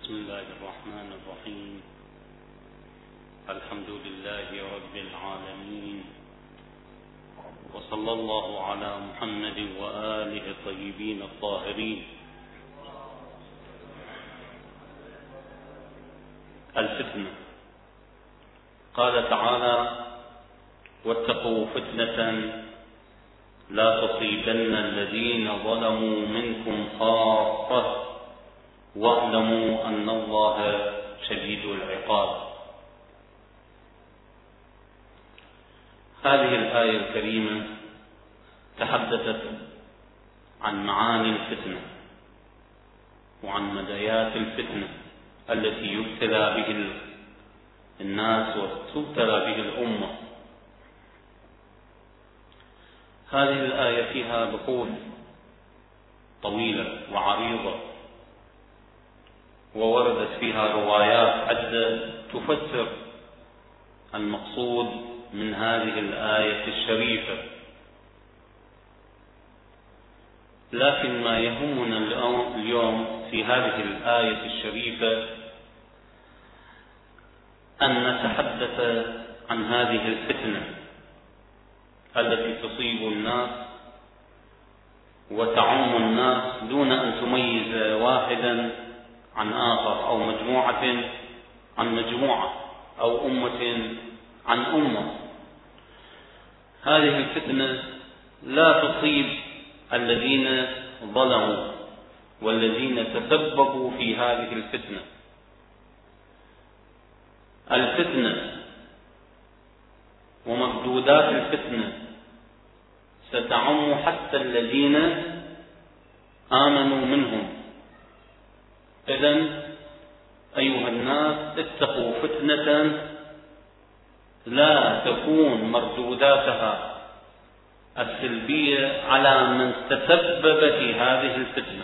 بسم الله الرحمن الرحيم. الحمد لله رب العالمين، وصلى الله على محمد وآله الطيبين الطاهرين. الفتنة. قال تعالى: واتقوا فتنة لا تصيبن الذين ظلموا منكم خاصة واعلموا أن الله شديد العقاب. هذه الآية الكريمة تحدثت عن معاني الفتنة وعن مدايات الفتنة التي يبتلى به الناس وتبتلى به الأمة. هذه الآية فيها بحوث طويلة وعريضة، ووردت فيها روايات عدة تفسر المقصود من هذه الآية الشريفة. لكن ما يهمنا اليوم في هذه الآية الشريفة أن نتحدث عن هذه الفتنة التي تصيب الناس وتعم الناس دون أن تميز واحدا عن آخر، أو مجموعة عن مجموعة، أو أمة عن أمة. هذه الفتنة لا تصيب الذين ظلموا والذين تسببوا في هذه الفتنة. الفتنة ومردودات الفتنة ستعم حتى الذين آمنوا منهم. إذن أيها الناس، اتقوا فتنة لا تكون مردوداتها السلبية على من تسبب في هذه الفتنة.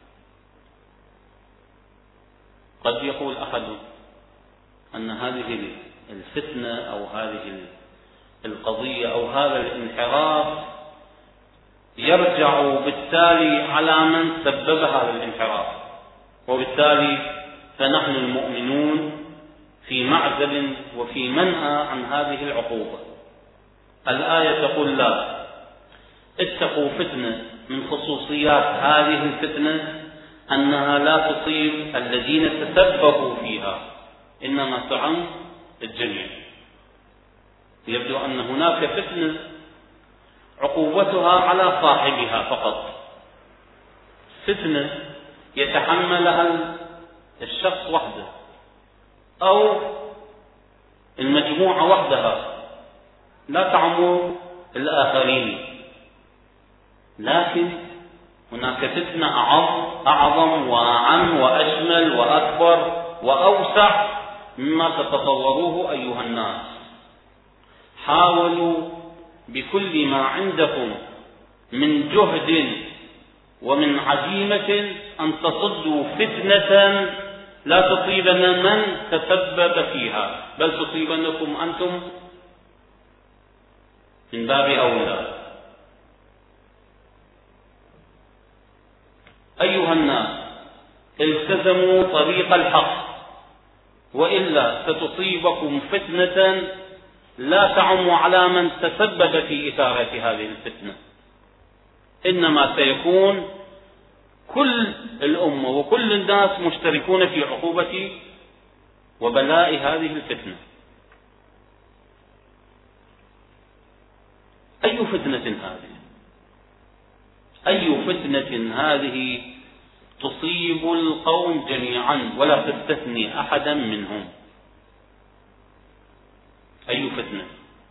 قد يقول أحد أن هذه الفتنة أو هذه القضية أو هذا الانحراف يرجع بالتالي على من سبب هذا الانحراف، وبالتالي فنحن المؤمنون في معزل وفي منأى عن هذه العقوبة. الآية تقول: لا، اتقوا فتنة. من خصوصيات هذه الفتنة أنها لا تصيب الذين تسببوا فيها، إنما تعم الجميع. يبدو أن هناك فتنة عقوبتها على صاحبها فقط، فتنة يتحملها الشخص وحده أو المجموعة وحدها، لا تعم الآخرين. لكن هناك فتنة أعظم وأعم وأشمل وأكبر وأوسع مما تتصوروه أيها الناس. حاولوا بكل ما عندكم من جهد ومن عزيمة أن تصدوا فتنة لا تصيبن من تسبب فيها، بل تصيبنكم أنتم من باب أولى. أيها الناس، التزموا طريق الحق، وإلا ستصيبكم فتنة لا تعم على من تسبب في إثارة هذه الفتنة، إنما سيكون كل الأمة وكل الناس مشتركون في عقوبة وبلاء هذه الفتنة. أي فتنة هذه؟ أي فتنة هذه تصيب القوم جميعا ولا تستثني أحدا منهم؟ أي فتنة؟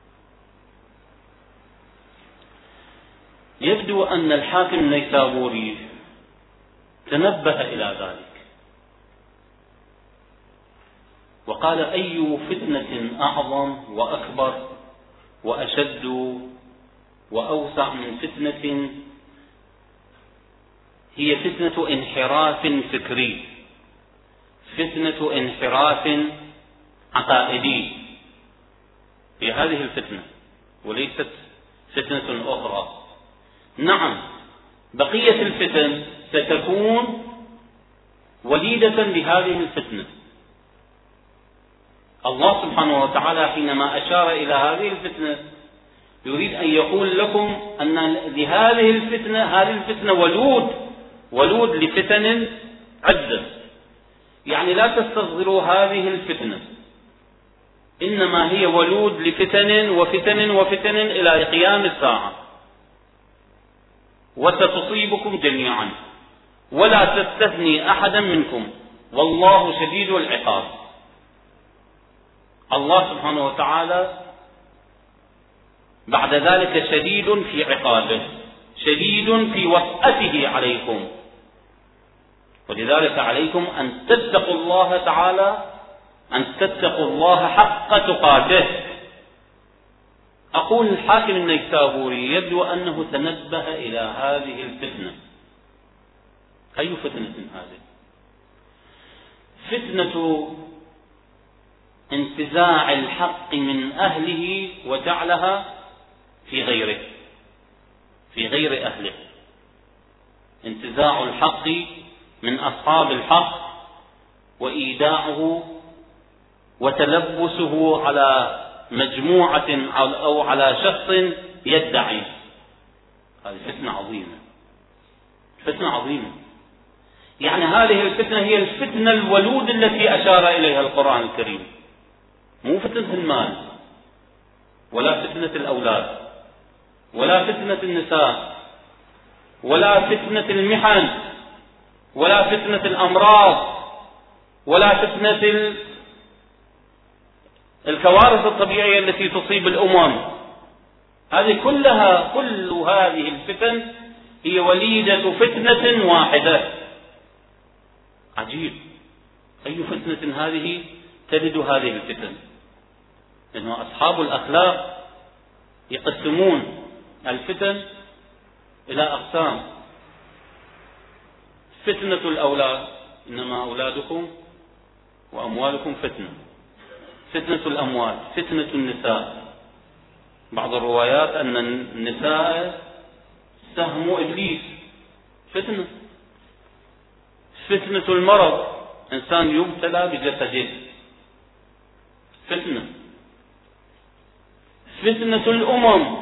يبدو أن الحاكم النيسابوري تنبه إلى ذلك وقال: أي فتنة أعظم وأكبر وأشد وأوسع من فتنة هي فتنة انحراف فكري، فتنة انحراف عقائدي. هي هذه الفتنة وليست فتنة أخرى. نعم، بقية الفتن ستكون وليدة لهذه الفتنة. الله سبحانه وتعالى حينما أشار إلى هذه الفتنة يريد أن يقول لكم أن لهذه الفتنة، هذه الفتنة ولود لفتن عدة، يعني لا تستصغروا هذه الفتنة، إنما هي ولود لفتن وفتن وفتن إلى قيام الساعة، وستصيبكم جميعا ولا تستثني أحدا منكم والله شديد العقاب. الله سبحانه وتعالى بعد ذلك شديد في عقابه، شديد في وطأته عليكم، ولذلك عليكم أن تتقوا الله تعالى، أن تتقوا الله حق تقاته. أقول الحاكم النيسابوري يبدو أنه تنبه إلى هذه الفتنة. أي فتنة هذه؟ فتنة انتزاع الحق من أهله وجعلها في غيره، في غير أهله، انتزاع الحق من أصحاب الحق وإيداعه وتلبسه على مجموعة أو على شخص يدعي. هذه فتنة عظيمة، فتنة عظيمة. يعني هذه الفتنة هي الفتنة الولود التي أشار إليها القرآن الكريم، مو فتنة المال ولا فتنة الأولاد ولا فتنة النساء ولا فتنة المحن ولا فتنة الأمراض ولا فتنة الكوارث الطبيعية التي تصيب الأمم. هذه كل هذه الفتن هي وليدة فتنة واحدة. عجيب، أي فتنة هذه تلد هذه الفتن؟ لأنه أصحاب الأخلاق يقسمون الفتن إلى أقسام. فتنة الأولاد، إنما أولادكم وأموالكم فتنة. فتنة الأموال، فتنة النساء، بعض الروايات أن النساء سهم إبليس، فتنة. فتنة المرض، إنسان يبتلى بجسده، فتنة. فتنة الأمم،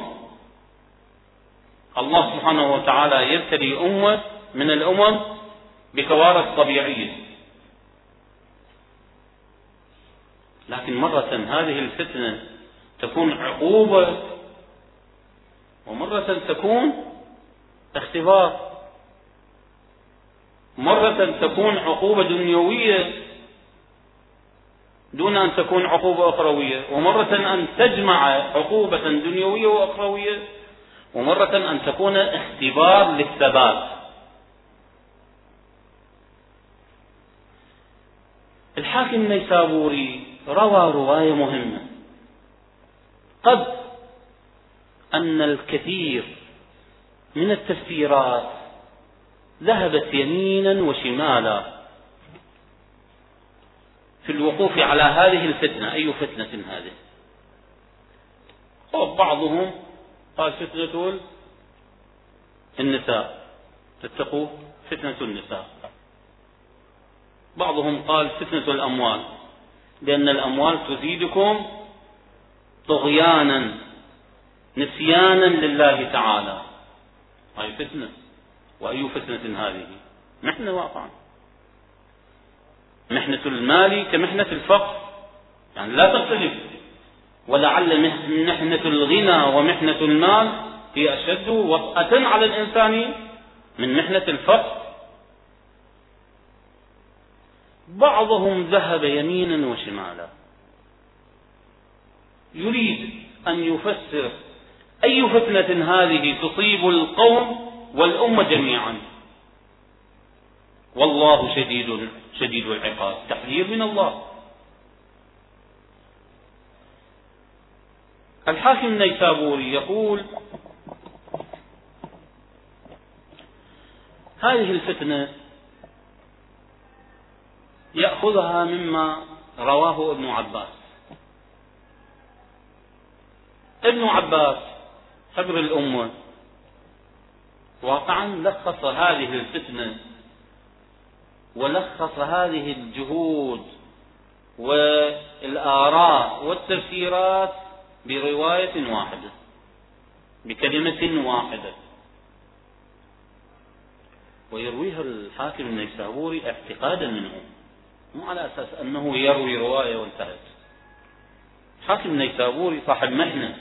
الله سبحانه وتعالى يبتلي أمة من الأمم بكوارث طبيعية، لكن مرة هذه الفتنة تكون عقوبة ومرة تكون اختبار، مرة تكون عقوبة دنيوية دون أن تكون عقوبة أخروية، ومرة أن تجمع عقوبة دنيوية وأخروية، ومرة أن تكون اختبار للثبات. الحاكم النيسابوري روى رواية مهمة، قد أن الكثير من التفسيرات ذهبت يمينا وشمالا في الوقوف على هذه الفتنة. أي فتنة هذه؟ بعضهم قال فتنة النساء، تتقوا فتنة النساء. بعضهم قال فتنة الأموال، لأن الأموال تزيدكم طغيانا نسيانا لله تعالى. هذه فتنة. وأي فتنة هذه؟ محنة واقعا. محنة المال كمحنة الفقر، يعني لا تختلف، ولعل محنة الغنى ومحنة المال هي أشد وطأة على الإنسان من محنة الفقر. بعضهم ذهب يمينا وشمالا، يريد أن يفسر أي فتنة هذه تصيب القوم والأمة جميعا، والله شديد العقاب، تحذير من الله. الحاكم النيسابوري يقول هذه الفتنة يأخذها مما رواه ابن عباس. ابن عباس حبر الأمة واقعا لخص هذه الفتنة ولخص هذه الجهود والآراء والتفسيرات برواية واحدة، بكلمة واحدة، ويرويها الحاكم النيسابوري اعتقادا منه، مو على أساس أنه يروي رواية وانتهت. الحاكم النيسابوري صاحب محنة،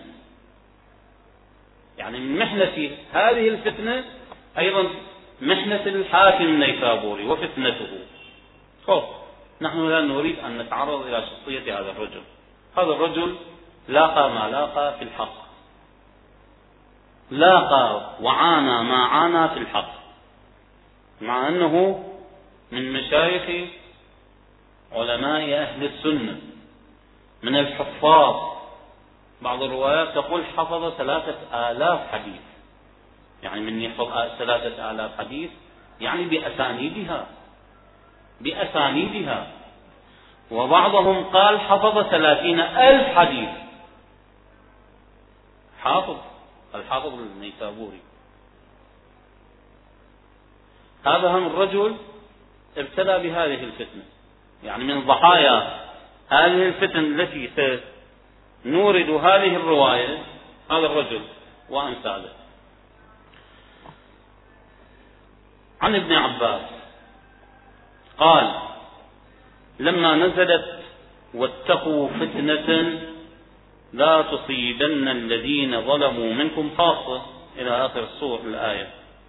يعني من محنة هذه الفتنة أيضا محنة الحاكم النيسابوري وفتنته. نحن لا نريد أن نتعرض إلى شخصية هذا الرجل. هذا الرجل لاقى ما لاقى في الحق، لاقى وعانى ما عانى في الحق، مع أنه من مشايخ علماء أهل السنة، من الحفاظ. بعض الروايات تقول حفظ 3000 حديث، يعني من يحفظ 3000 حديث يعني بأسانيدها، وبعضهم قال حفظ 30,000 حديث. الحافظ النيسابوري. هذا هم الرجل ابتلى بهذه الفتنة، يعني من ضحايا هذه الفتن التي سنورد هذه الرواية هذا الرجل وأمثاله. عن ابن عباس قال: لما نزلت واتقوا فتنة لا تصيبن الذين ظلموا منكم خاصة إلى آخر الآية،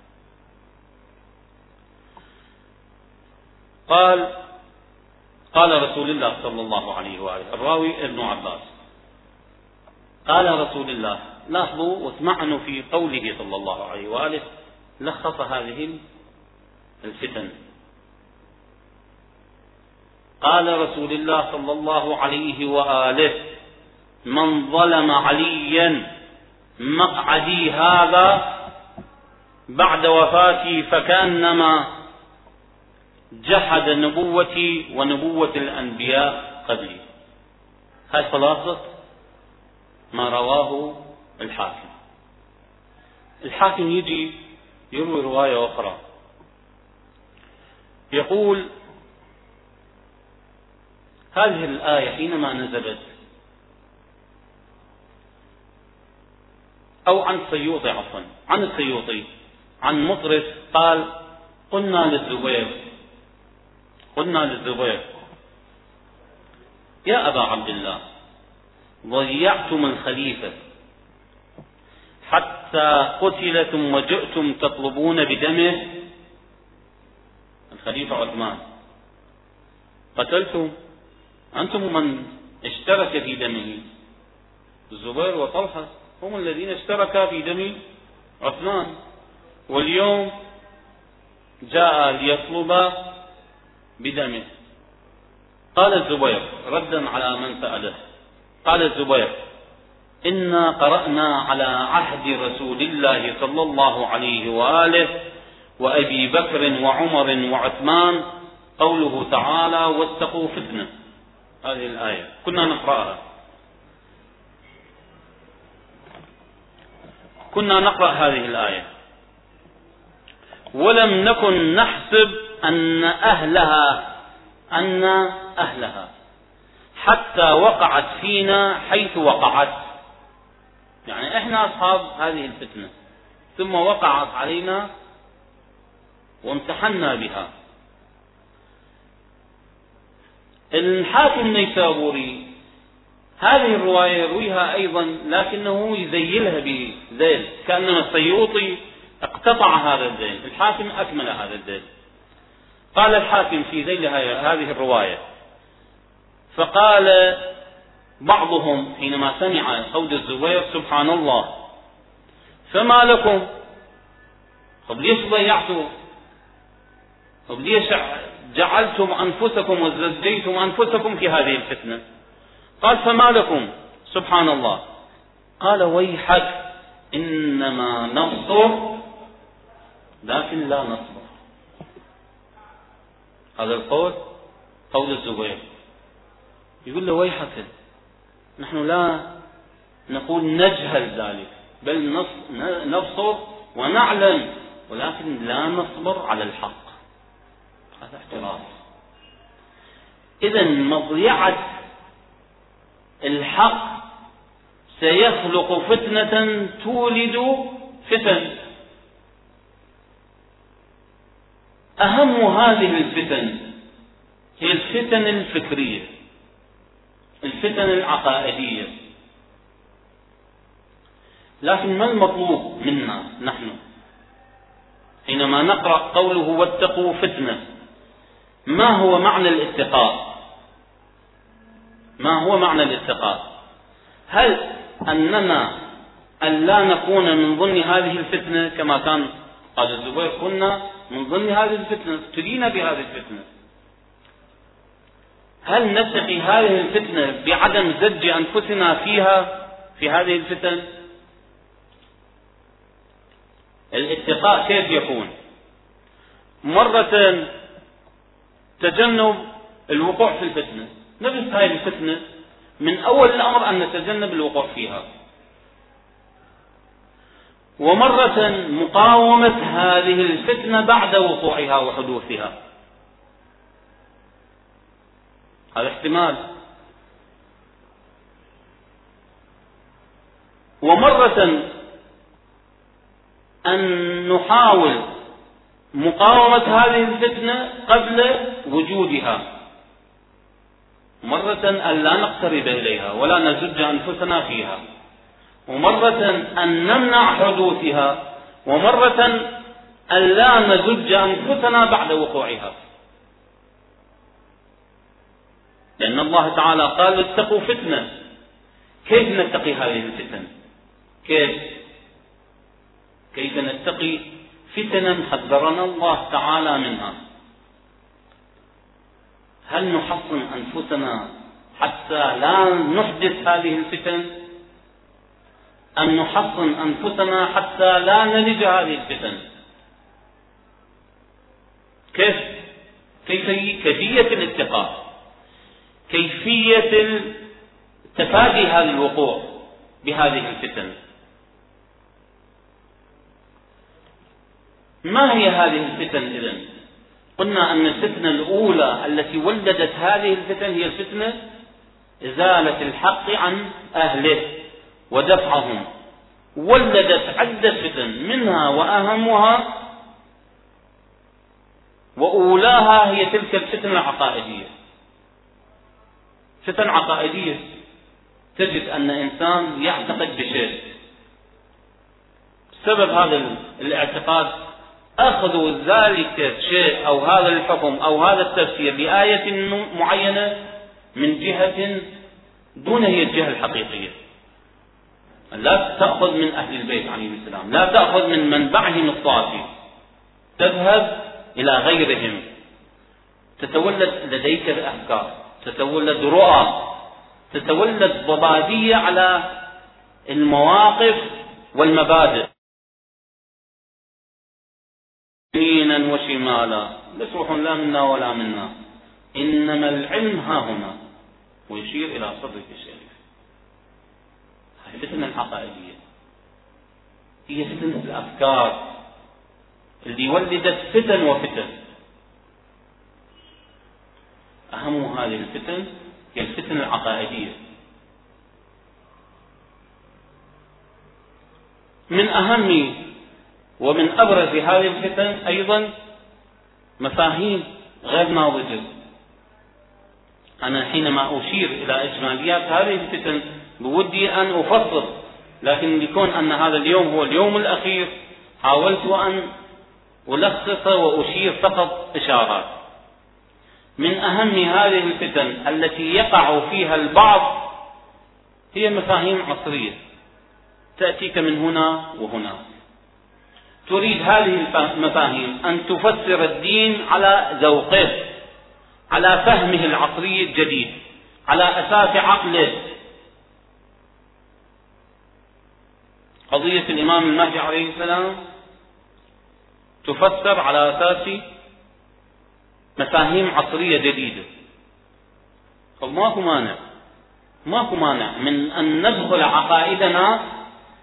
قال رسول الله صلى الله عليه وآله، الراوي ابن عباس، قال رسول الله. لاحظوا واسمعنوا في قوله صلى الله عليه وآله لخص هذه الفتن. قال رسول الله صلى الله عليه وآله: من ظلم عليا مقعدي هذا بعد وفاتي فكأنما جحد نبوتي ونبوة الأنبياء قبلي. هذه خلاصة ما رواه الحاكم. الحاكم يجي يروي رواية أخرى، يقول: هذه الآية حينما نزلت، أو عن السيوطي عن مطرف قال: قلنا للزبير: يا أبا عبد الله، ضيعتم الخليفة حتى قتل ثم جئتم تطلبون بدمه. الخليفة عثمان قتلتم، أنتم من اشترك في دمه. الزبير وطلحة هم الذين اشتركا في دم عثمان، واليوم جاء ليطلب بدمه. قال الزبير ردا على من سأله، قال الزبير: إنا قرأنا على عهد رسول الله صلى الله عليه وآله وأبي بكر وعمر وعثمان قوله تعالى: واتقوا فتنة. هذه الآية كنا نقرأ هذه الآية، ولم نكن نحسب أن أهلها حتى وقعت فينا حيث وقعت. يعني إحنا أصحاب هذه الفتنة، ثم وقعت علينا وامتحنا بها. الحاكم النيسابوري هذه الرواية يرويها أيضا، لكنه يزيلها بذيل، كأنما السيوطي اقتطع هذا الذيل، الحاكم أكمل هذا الذيل. قال الحاكم في ذيل هذه الرواية: فقال بعضهم حينما سمع قول الزبير: سبحان الله، فما لكم؟ ليش ضيعتم؟ ليش جعلتم أنفسكم وزجيتم أنفسكم في هذه الفتنة؟ قال: فما لكم؟ سبحان الله. قال: ويحك، إنما نبصر لكن لا نصبر. هذا القول قول الزبير، يقول له: ويحك، نحن لا نقول نجهل ذلك، بل نبصر ونعلم، ولكن لا نصبر على الحق. هذا احتراف. إذا مضيعة الحق سيخلق فتنة تولد فتن. أهم هذه الفتن هي الفتن الفكرية، الفتن العقائدية. لكن ما المطلوب منا نحن حينما نقرأ قوله واتقوا فتنة؟ ما هو معنى الاتقاء؟ ما هو معنى الاتقاء؟ هل أننا أن لا نكون من ضمن هذه الفتنة كما كان قال الزبير كنا من ضمن هذه الفتنة، ابتلينا بهذه الفتنة؟ هل نتقي هذه الفتنة بعدم زج أنفسنا فيها في هذه الفتن؟ الاتقاء كيف يكون؟ مرة تجنب الوقوع في الفتنة، نجد هذه الفتنة من أول الأمر أن نتجنب الوقوع فيها، ومرة مقاومة هذه الفتنة بعد وقوعها وحدوثها، هذا احتمال. ومرة أن نحاول مقاومة هذه الفتنة قبل وجودها، مرة أن لا نقترب إليها ولا نزج أنفسنا فيها، ومرة أن نمنع حدوثها، ومرة أن لا نزج أنفسنا بعد وقوعها. لأن الله تعالى قال اتقوا فتنة. كيف نتقي هذه الفتن؟ كيف نتقي فتنا حذرنا الله تعالى منها؟ هل نحصن أنفسنا حتى لا نحدث هذه الفتن، أم نحصن أنفسنا حتى لا نلج هذه الفتن؟ كيفية الاتقاء، كيفية تفادي هذا الوقوع بهذه الفتن؟ ما هي هذه الفتن إذن؟ قلنا أن الفتنة الأولى التي ولدت هذه الفتن هي الفتنة إزالة الحق عن أهله ودفعهم. ولدت عدة فتن، منها وأهمها وأولاها هي تلك الفتنة العقائدية. فتن عقائدية، تجد أن إنسان يعتقد بشيء، سبب هذا الاعتقاد أخذوا ذلك الشيء أو هذا الحكم أو هذا التفسير بآية معينة من جهة دون هي الجهة الحقيقية. لا تأخذ من أهل البيت عليهم السلام، لا تأخذ من منبعهم الصافي، تذهب إلى غيرهم، تتولد لديك الأفكار، تتولد رؤى، تتولد ضبابية على المواقف والمبادئ، يمينا وشمالا، بسوح لا منا ولا منا، إنما العلم ها هنا، ويشير إلى صدرك الشريف. هذه الفتنة العقائدية، هي فتنة الأفكار اللي ولدت فتن وفتن. أهم هذه الفتن هي الفتن العقائدية. من أهم ومن أبرز هذه الفتن أيضا مفاهيم غير ناضجة. أنا حينما أشير إلى إجماليات هذه الفتن بودي أن أفصل، لكن لكون أن هذا اليوم هو اليوم الأخير حاولت أن ألخص وأشير فقط إشارات. من أهم هذه الفتن التي يقع فيها البعض هي مفاهيم عصرية تأتيك من هنا وهنا، تريد هذه المفاهيم أن تفسر الدين على ذوقه، على فهمه العصري الجديد، على أساس عقله. قضية الإمام المهدي عليه السلام تفسر على أساس مفاهيم عصرية جديدة. ماكو مانع من أن ندخل عقائدنا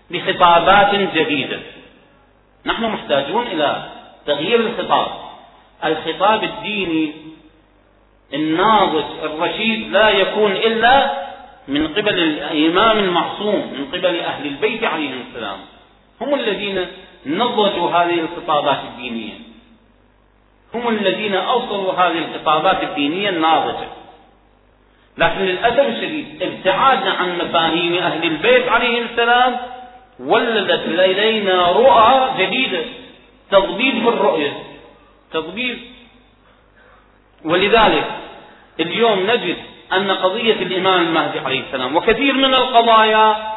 بخطابات جديدة. نحن محتاجون إلى تغيير الخطاب، الخطاب الديني الناضج الرشيد لا يكون إلا من قبل الإمام المعصوم، من قبل أهل البيت عليهم السلام، هم الذين نضجوا هذه الخطابات الدينية، هم الذين أوصلوا هذه الخطابات الدينية الناضجة. لكن للأسف الشديد ابتعادنا عن مفاهيم أهل البيت عليهم السلام، ولدت لدينا رؤى جديدة، تضبيب في الرؤية، تضبيب. ولذلك اليوم نجد أن قضية الإمام المهدي عليه السلام وكثير من القضايا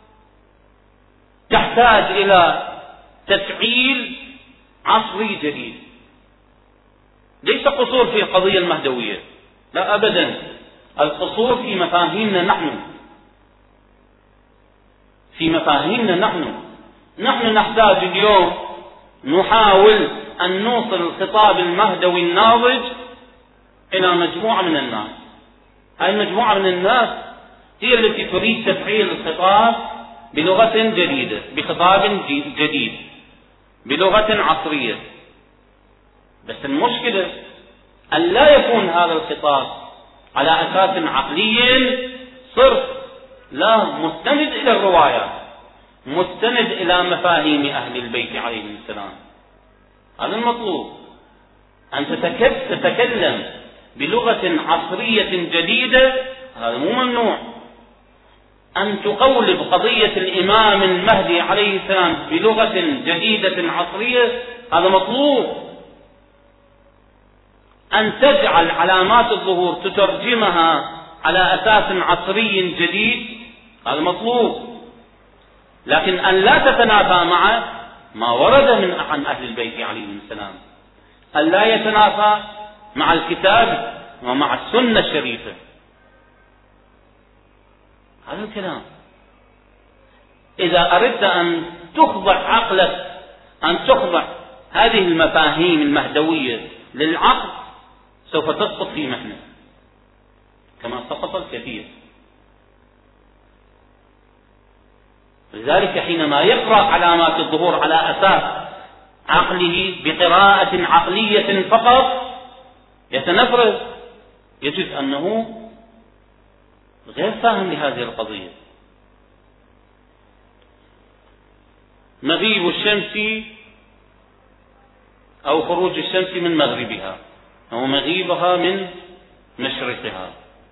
تحتاج إلى تفعيل عصري جديد. ليس قصور في القضية المهدوية، لا أبدا، القصور في مفاهيمنا نحن، في مفاهيمنا نحن نحتاج اليوم نحاول أن نوصل الخطاب المهدوي الناضج إلى مجموعة من الناس. هذه المجموعة من الناس هي التي تريد تفعيل الخطاب بلغة جديدة، بخطاب جديد، بلغة عصرية. بس المشكلة أن لا يكون هذا الخطاب على أساس عقلي صرف، لا، مستند إلى الروايات، مستند إلى مفاهيم أهل البيت عليهم السلام. هذا المطلوب، أن تتكلم بلغة عصرية جديدة، هذا مو ممنوع. أن تقولب قضية الإمام المهدي عليه السلام بلغة جديدة عصرية، هذا مطلوب. أن تجعل علامات الظهور تترجمها على أساس عصري جديد، هذا مطلوب. لكن أن لا تتنافى مع ما ورد عن أهل البيت عليهم السلام، أن لا يتنافى مع الكتاب ومع السنة الشريفة. هذا الكلام إذا أردت أن تخضع عقلك، أن تخضع هذه المفاهيم المهدوية للعقل، سوف تسقط في محنة كما سقط الكثير. لذلك حينما يقرأ علامات الظهور على أساس عقله بقراءة عقلية فقط يتنفرد، يجد أنه غير فاهم لهذه القضية. مغيب الشمس أو خروج الشمس من مغربها أو مغيبها من مشرقها،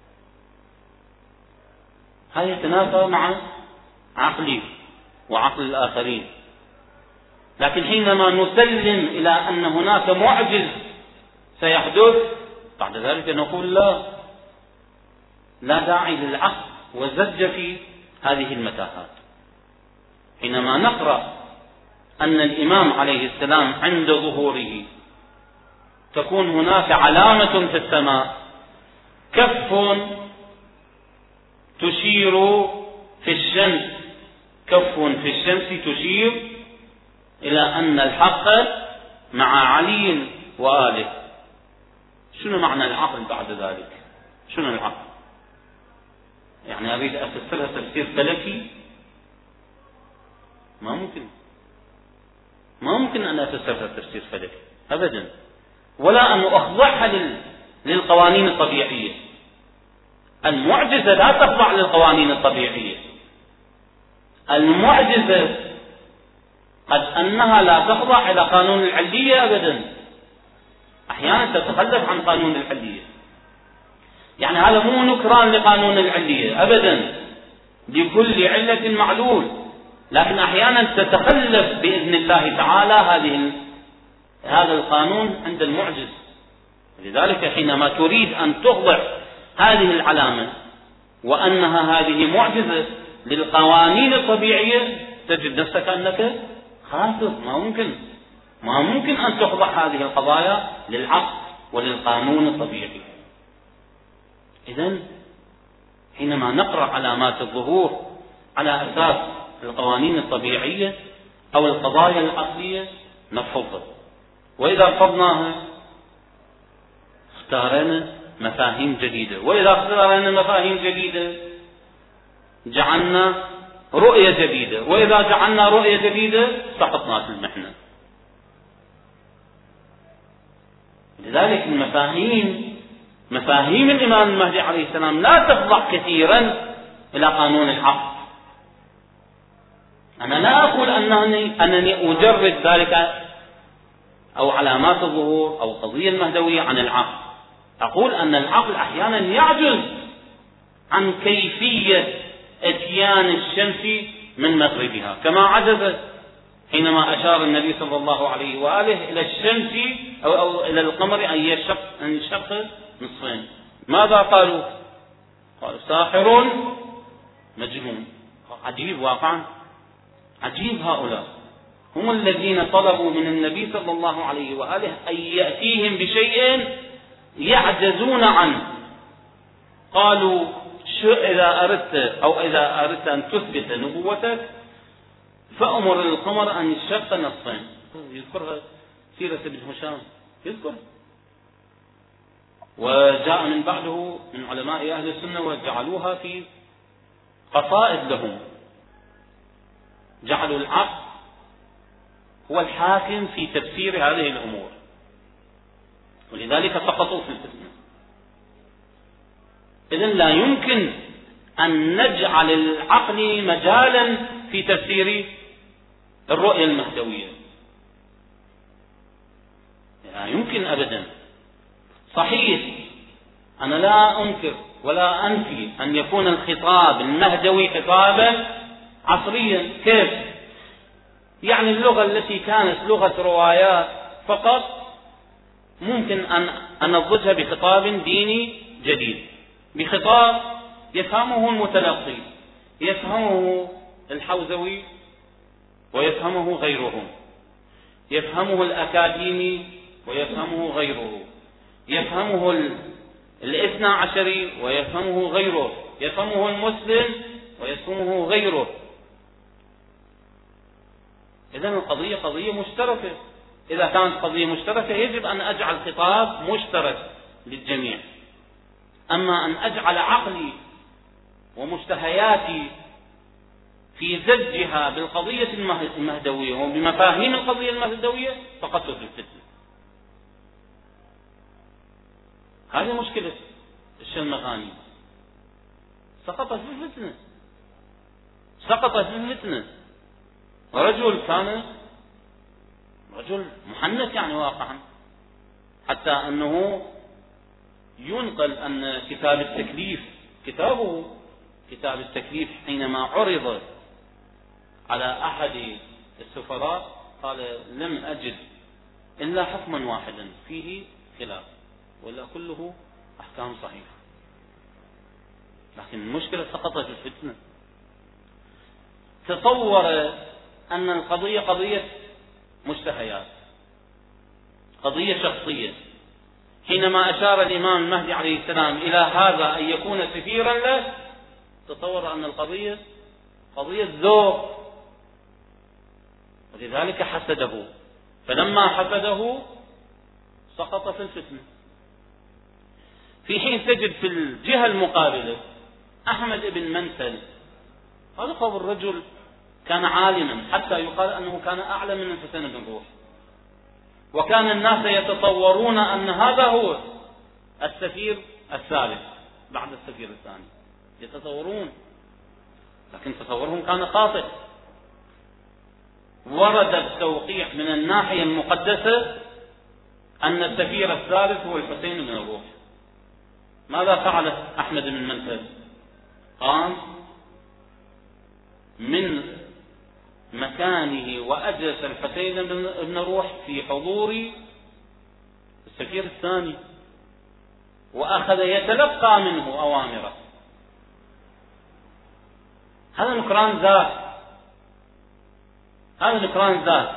هذا يتنافى مع عقلي وعقل الآخرين. لكن حينما نسلم إلى أن هناك معجز سيحدث، بعد ذلك نقول لا داعي للعقل والزج في هذه المتاهات. حينما نقرأ أن الإمام عليه السلام عند ظهوره تكون هناك علامة في السماء، كف تشير في الشمس، كف في الشمس تشير إلى أن الحق مع علي وآله. شنو معنى العقل بعد ذلك؟ شنو العقل؟ يعني أريد أفسرها تفسير فلكي؟ ما ممكن أن أفسرها تفسير فلكي أبدا، ولا أن أخضعها للقوانين الطبيعية. المعجزة لا تخضع للقوانين الطبيعية. المعجزة قد أنها لا تخضع إلى قانون العلية أبدا، أحيانا تتخلف عن قانون العلية. يعني هذا مو نكران لقانون العلية أبدا، لكل علة معلول، لكن أحيانا تتخلف بإذن الله تعالى هذا القانون عند المعجز. لذلك حينما تريد أن تخضع هذه العلامة وأنها هذه معجزة للقوانين الطبيعية، تجد نفسك أنك خاسر. ما ممكن أن تخضع هذه القضايا للعقل وللقانون الطبيعي. إذن حينما نقرأ علامات الظهور على أساس القوانين الطبيعية أو القضايا العقلية نرفضها، وإذا رفضناها اختارنا مفاهيم جديدة، وإذا اختارنا مفاهيم جديدة جعلنا رؤية جديدة، وإذا جعلنا رؤية جديدة سقطنا في المحنة. لذلك مفاهيم الإمام المهدي عليه السلام لا تخضع كثيرا إلى قانون العقل. أنا لا أقول أنني أجرد ذلك أو علامات الظهور أو قضية المهدوية عن العقل. أقول أن العقل أحيانا يعجز عن كيفية إتيان الشمس من مغربها، كما عجز حينما أشار النبي صلى الله عليه وآله إلى الشمس أو إلى القمر أن ينشق نصفين. ماذا قالوا؟ قالوا ساحر مجنون. عجيب، واقعا عجيب. هؤلاء هم الذين طلبوا من النبي صلى الله عليه وآله أن يأتيهم بشيء يعجزون عنه. قالوا إذا أردت أن تثبت نبوتك فأمر القمر أن ينشق نصفين. يذكرها سيرة ابن هشام، يذكر. وجاء من بعده من علماء أهل السنة وجعلوها في قصائد لهم، جعلوا العقل هو الحاكم في تفسير هذه الأمور، ولذلك سقطوا في الفتنة. إذن لا يمكن أن نجعل العقل مجالا في تفسير الرؤية المهدوية، لا يمكن أبدا. صحيح أنا لا أنكر ولا أنفي أن يكون الخطاب المهدوي خطابا عصريا. كيف؟ يعني اللغة التي كانت لغة روايات فقط ممكن أن أنضجها بخطاب ديني جديد، بخطاب يفهمه المتلقي، يفهمه الحوزوي ويفهمه غيره، يفهمه الأكاديمي ويفهمه غيره، يفهمه الاثنى عشري ويفهمه غيره، يفهمه المسلم ويفهمه غيره. إذن القضية قضية مشتركة. إذا كانت قضية مشتركة يجب أن أجعل خطاب مشترك للجميع. أما أن أجعل عقلي ومشتهياتي في زجها بالقضية المهدوية وبمفاهيم القضية المهدوية فقط في الفتنة. هذه مشكلة الشلمغاني، سقط في الفتنة، سقط في الفتنة. رجل كان رجل محنث يعني واقعا، حتى أنه ينقل أن كتاب التكليف، كتاب التكليف حينما عرض على أحد السفراء قال لم أجد إلا حكما واحدا فيه خلاف، ولا كله أحكام صحيحة. لكن المشكلة سقطت في الفتنة. تصور أن القضية قضية مشتهيات، قضية شخصية. حينما أشار الإمام المهدي عليه السلام إلى هذا أن يكون سفيرا له، تصور أن القضية قضية ذوق، ولذلك حسده. فلما حسده سقط في الفتنة. في حين تجد في الجهة المقابلة أحمد بن منسل، هذا قول الرجل كان عالما حتى يقال أنه كان أعلم من الحسين بن روح، وكان الناس يتصورون أن هذا هو السفير الثالث بعد السفير الثاني، يتصورون، لكن تصورهم كان خاطئ. ورد التوقيع من الناحية المقدسة أن السفير الثالث هو الحسين بن روح. ماذا فعل أحمد بن منسل؟ قام من مكانه وأجلس الحسين بن روح في حضور السفير الثاني، وأخذ يتلقى منه أوامره. هذا نكران ذات، هذا نكران ذات.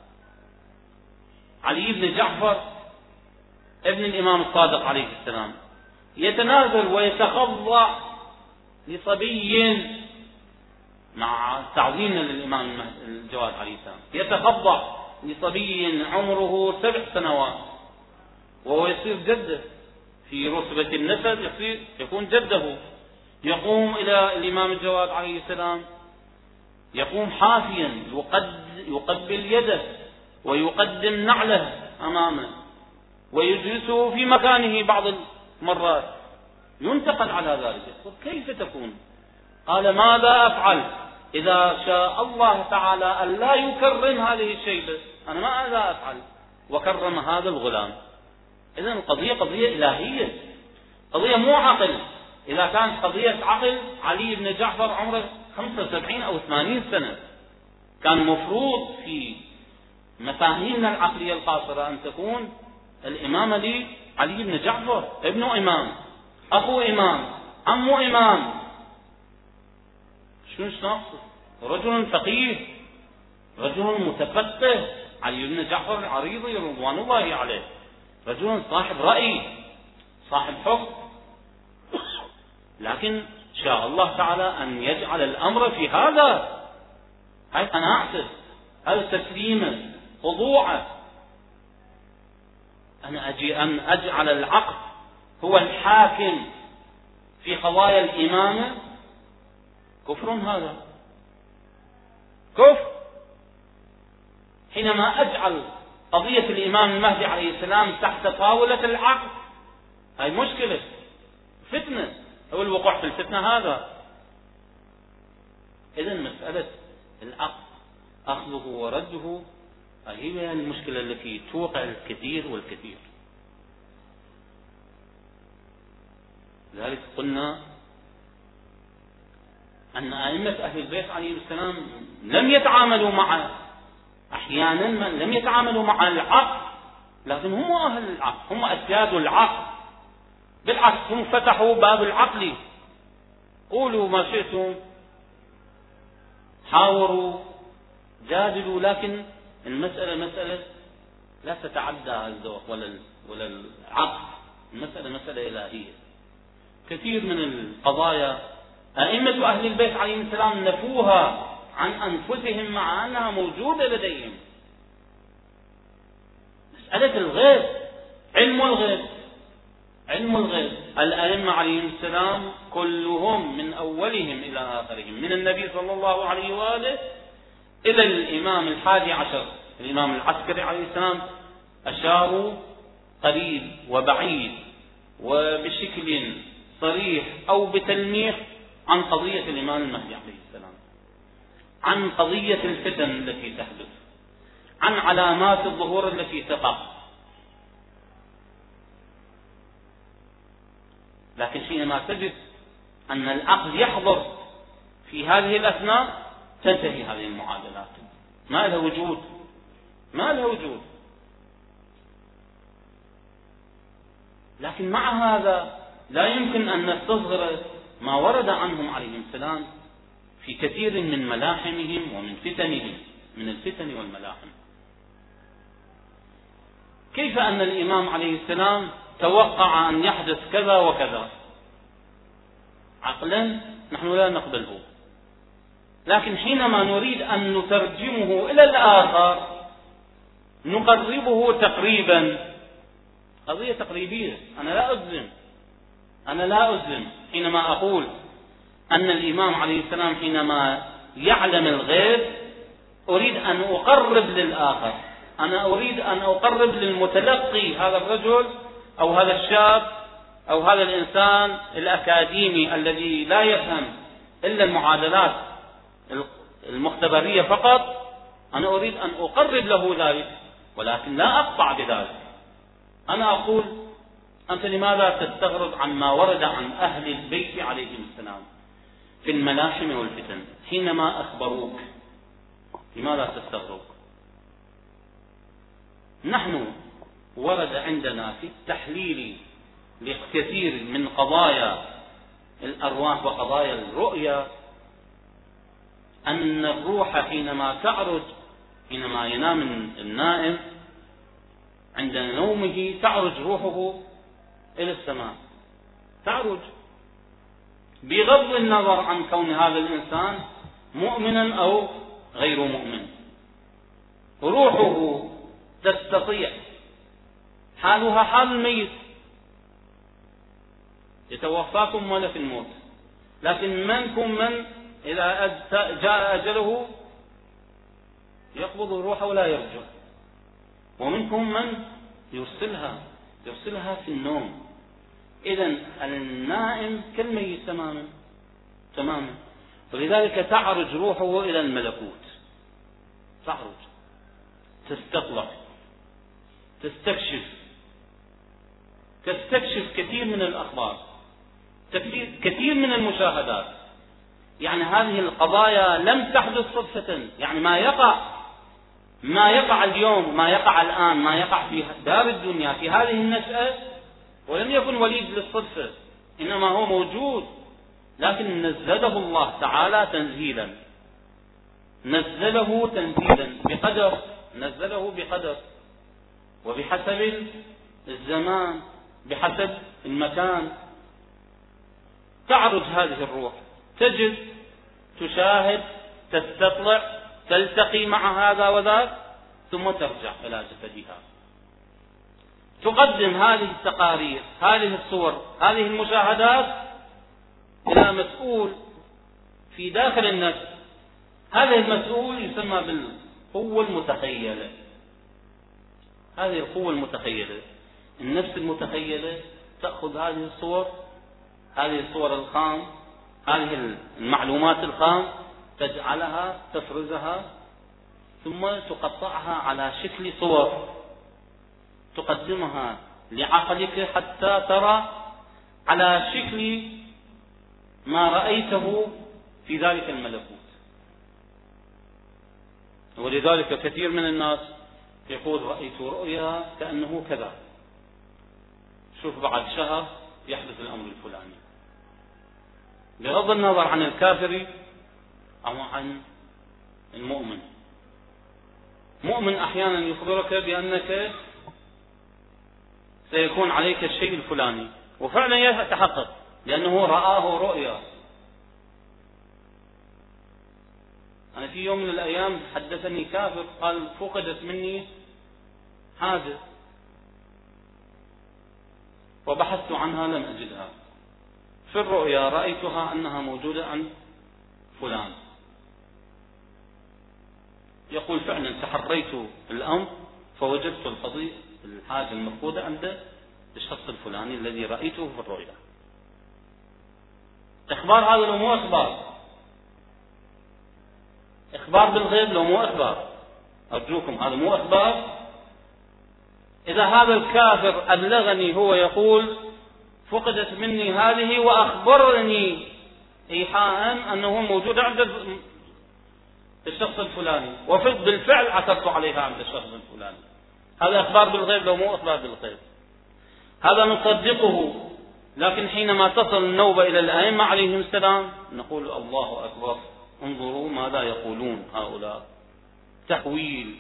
علي بن جعفر ابن الإمام الصادق عليه السلام يتنازل ويتخضع لصبي، مع تعظيمنا للإمام الجواد عليه السلام، يتخضع لصبي عمره 7 سنوات وهو يصير جده في رتبة النسب، يكون جده. يقوم إلى الإمام الجواد عليه السلام، يقوم حافيا، يقبل يده ويقدم نعله أمامه ويجلسه في مكانه بعض المرات، ينتقد على ذلك. كيف تكون؟ قال ماذا أفعل إذا شاء الله تعالى أن لا يكرم هذه الشيبة؟ أنا ماذا أفعل؟ وكرم هذا الغلام. إذن القضية قضية إلهية، قضية مو عقل. إذا كانت قضية عقل، علي بن جعفر عمره 75 أو 80 سنة، كان مفروض في مفاهيمنا العقلية القاصرة أن تكون الإمامة لعلي بن جعفر، ابنه إمام، أخو إمام، عمه إمام. شنو ناقصه؟ رجل فقيه، رجل متفقه. علي بن جعفر العريضي رضوان الله عليه رجل صاحب رأي، صاحب حكم، لكن شاء الله تعالى أن يجعل الأمر في هذا، هاي قناعته، هذا تسليمه، خضوعه. أنا أجي أن أجعل العقل هو الحاكم في قضايا الإمامة، كفر هذا، كفر. حينما أجعل قضية الإمام المهدي عليه السلام تحت طاولة العقل، هاي مشكلة، فتنة، أو الوقوع في الفتنة هذا. إذن مسألة العقل أخذه ورده هي المشكلة التي توقع الكثير والكثير. لذلك قلنا أن أئمة أهل البيت عليهم السلام لم يتعاملوا مع، أحيانا لم يتعاملوا مع العقل، لكن هم أهل العقل، هم أسياد العقل. بالعكس هم فتحوا باب العقل، قولوا ما شئتم، حاوروا، جادلوا، لكن المسألة مسألة لا تتعدى الذوق ولا العقل، المسألة مسألة إلهية. كثير من القضايا أئمة أهل البيت عليهم السلام نفوها عن أنفسهم مع أنها موجودة لديهم. مسألة الغيب، علم الغيب، علم الغيب، الأئمة عليهم السلام كلهم من أولهم إلى آخرهم، من النبي صلى الله عليه وآله إلى الإمام 11 الإمام العسكري عليه السلام، أشاروا قريب وبعيد وبشكل صريح أو بتلميح عن قضية الإمام المهدي عليه السلام، عن قضية الفتن التي تحدث، عن علامات الظهور التي تقع. لكن حينما تجد أن العقل يحضر في هذه الأثناء تنتهي هذه المعادلات، ما لها وجود، ما لها وجود. لكن مع هذا لا يمكن أن نستصغر ما ورد عنهم عليهم السلام في كثير من ملاحمهم ومن فتنهم، من الفتن والملاحم. كيف أن الإمام عليه السلام توقع أن يحدث كذا وكذا؟ عقلا نحن لا نقبله، لكن حينما نريد أن نترجمه إلى الآخر نقربه تقريبا، قضية تقريبية. أنا لا أجزم حينما أقول أن الإمام عليه السلام حينما يعلم الغيب أريد أن أقرب للآخر، أنا أريد أن أقرب للمتلقي، هذا الرجل أو هذا الشاب أو هذا الإنسان الأكاديمي الذي لا يفهم إلا المعادلات المختبرية فقط، أنا أريد أن أقرب له ذلك، ولكن لا أقطع بذلك. أنا أقول أنت لماذا تستغرب عما ورد عن أهل البيت عليهم السلام في الملاحم والفتن حينما أخبروك؟ لماذا تستغرب؟ نحن ورد عندنا في التحليل لكثير من قضايا الأرواح وقضايا الرؤيا أن الروح حينما تعرج، حينما ينام النائم عند نومه تعرج روحه إلى السماء، تعرج بغض النظر عن كون هذا الإنسان مؤمنا أو غير مؤمن. روحه تستطيع، حالها حال الميت، يتوفاكم ملك الموت، لكن منكم من إذا جاء أجله يقبض الروح ولا يرجع، ومنكم من يرسلها يرسلها في النوم. إذن النائم كالميت تماما. ولذلك تعرج روحه إلى الملكوت، تعرج، تستطلع، تستكشف كثير من الأخبار، كثير من المشاهدات. يعني هذه القضايا لم تحدث صدفة. يعني ما يقع اليوم، ما يقع الآن، ما يقع في دار الدنيا في هذه النشأة، ولم يكن وليد للصدفة، إنما هو موجود، لكن نزله الله تعالى تنزيلا، نزله بقدر وبحسب الزمان، بحسب المكان. تعرج هذه الروح، تجد، تشاهد، تستطلع، تلتقي مع هذا وذاك، ثم ترجع إلى جسدها. تقدم هذه التقارير، هذه الصور، هذه المشاهدات إلى مسؤول في داخل النفس. هذا المسؤول يسمى بالقوة المتخيلة. هذه القوة المتخيلة، النفس المتخيلة تأخذ هذه الصور الخام، هذه المعلومات الخام، تجعلها، تفرزها، ثم تقطعها على شكل صور، تقدمها لعقلك حتى ترى على شكل ما رأيته في ذلك الملكوت. ولذلك كثير من الناس يقول رأيت رؤيا كأنه كذا، شوف بعد شهر يحدث الأمر الفلاني، بغض النظر عن الكافر أو عن المؤمن. مؤمن أحيانا يخبرك بأنك سيكون عليك الشيء الفلاني، وفعلا يتحقق لأنه رآه رؤيا. أنا في يوم من الأيام حدثني كافر قال فقدت مني حاجة وبحثت عنها لم أجدها، في الرؤيا رأيتها أنها موجودة عند فلان. يقول فعلا تحريت الأمر فوجدت الحاجة المفقودة عند الشخص الفلاني الذي رأيته في الرؤيا. إخبار هذا لو مو إخبار بالغيب، لو مو إخبار، أرجوكم هذا مو إخبار. إذا هذا الكافر أبلغني، هو يقول فقدت مني هذه وأخبرني إيحاء أنه موجود عند الشخص الفلاني، وبالفعل عثرت عليها عند الشخص الفلاني، هذا إخبار بالغيب لو مو إخبار بالغيب، هذا نصدقه. لكن حينما تصل النوبة إلى الأئمة عليهم السلام نقول الله أكبر، انظروا ماذا يقولون هؤلاء، تحويل،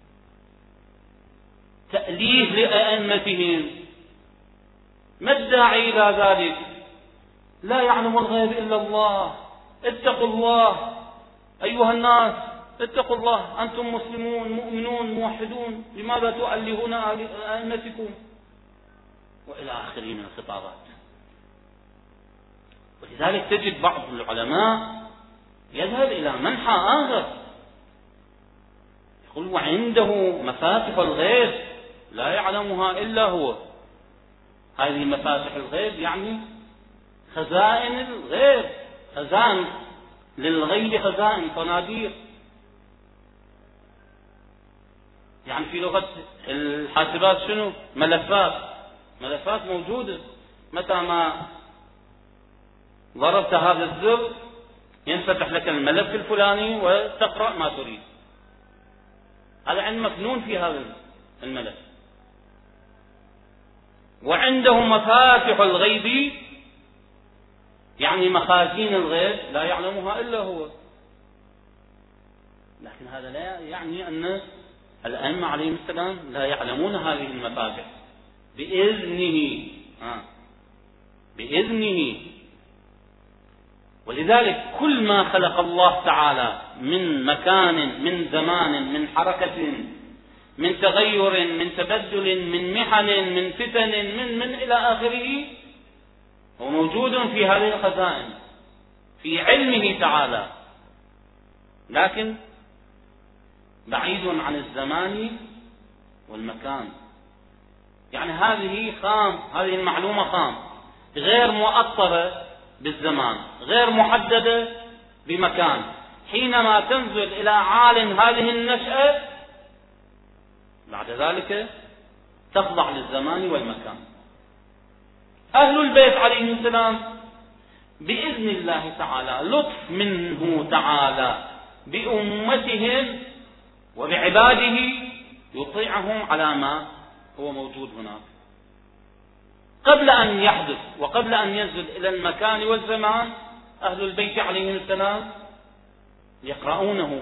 تأليف لأئمتهم. ما الداعي إلى ذلك؟ لا يعلم الغيب إلا الله. اتقوا الله أيها الناس، اتقوا الله، أنتم مسلمون مؤمنون موحدون، لماذا تؤلهون أئمتكم؟ وإلى آخره من الخطابات. ولذلك تجد بعض العلماء يذهب إلى منحى آخر، يقول وعنده مفاتح الغيب لا يعلمها إلا هو. هذه مفاتح الغيب يعني خزائن الغيب، خزائن للغيب، خزائن، صناديق. يعني في لغة الحاسبات شنو؟ ملفات موجودة، متى ما ضربت هذا الزر ينفتح لك الملف الفلاني وتقرأ ما تريد. هذا علم مكنون في هذا الملف. وعنده مفاتح الغيب يعني مخازين الغيب لا يعلمها إلا هو. لكن هذا لا يعني أن الأئمة عليهم السلام لا يعلمون هذه المفاتح بإذنه. ولذلك كل ما خلق الله تعالى من مكان، من زمان، من حركة، من تغير، من تبدل، من محن، من فتن، من إلى آخره، هو موجود في هذه الخزائن في علمه تعالى، لكن بعيد عن الزمان والمكان. يعني هذه خام، هذه المعلومة خام، غير مؤطرة بالزمان، غير محددة بمكان. حينما تنزل إلى عالم هذه النشأة بعد ذلك تخضع للزمان والمكان. أهل البيت عليهم السلام بإذن الله تعالى، لطف منه تعالى بأمتهم وبعباده، يطيعهم على ما هو موجود هناك قبل أن يحدث وقبل أن ينزل إلى المكان والزمان. أهل البيت عليهم السلام يقرؤونه،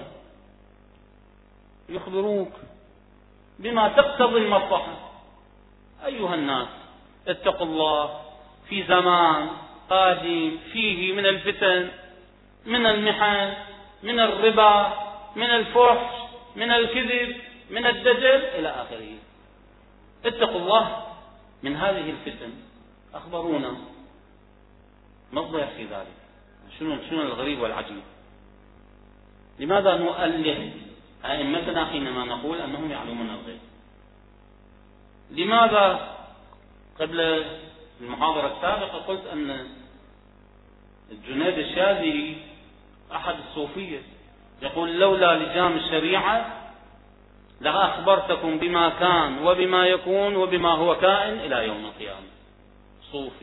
يخبروك بما تقتضي المصلحة. أيها الناس اتقوا الله في زمان قادم فيه من الفتن، من المحن، من الربا، من الفحش، من الكذب، من الدجل إلى آخره. اتقوا الله من هذه الفتن. أخبرونا ما الضير في ذلك؟ شنو الغريب والعجيب؟ لماذا نؤله أئمتنا حينما نقول أنهم يعلمون الغيب؟ لماذا قبل المحاضرة السابقة قلت أن الجنيد الشاذلي أحد الصوفية يقول لولا لجام الشريعة لأخبرتكم بما كان وبما يكون وبما هو كائن إلى يوم القيامة. صوفي.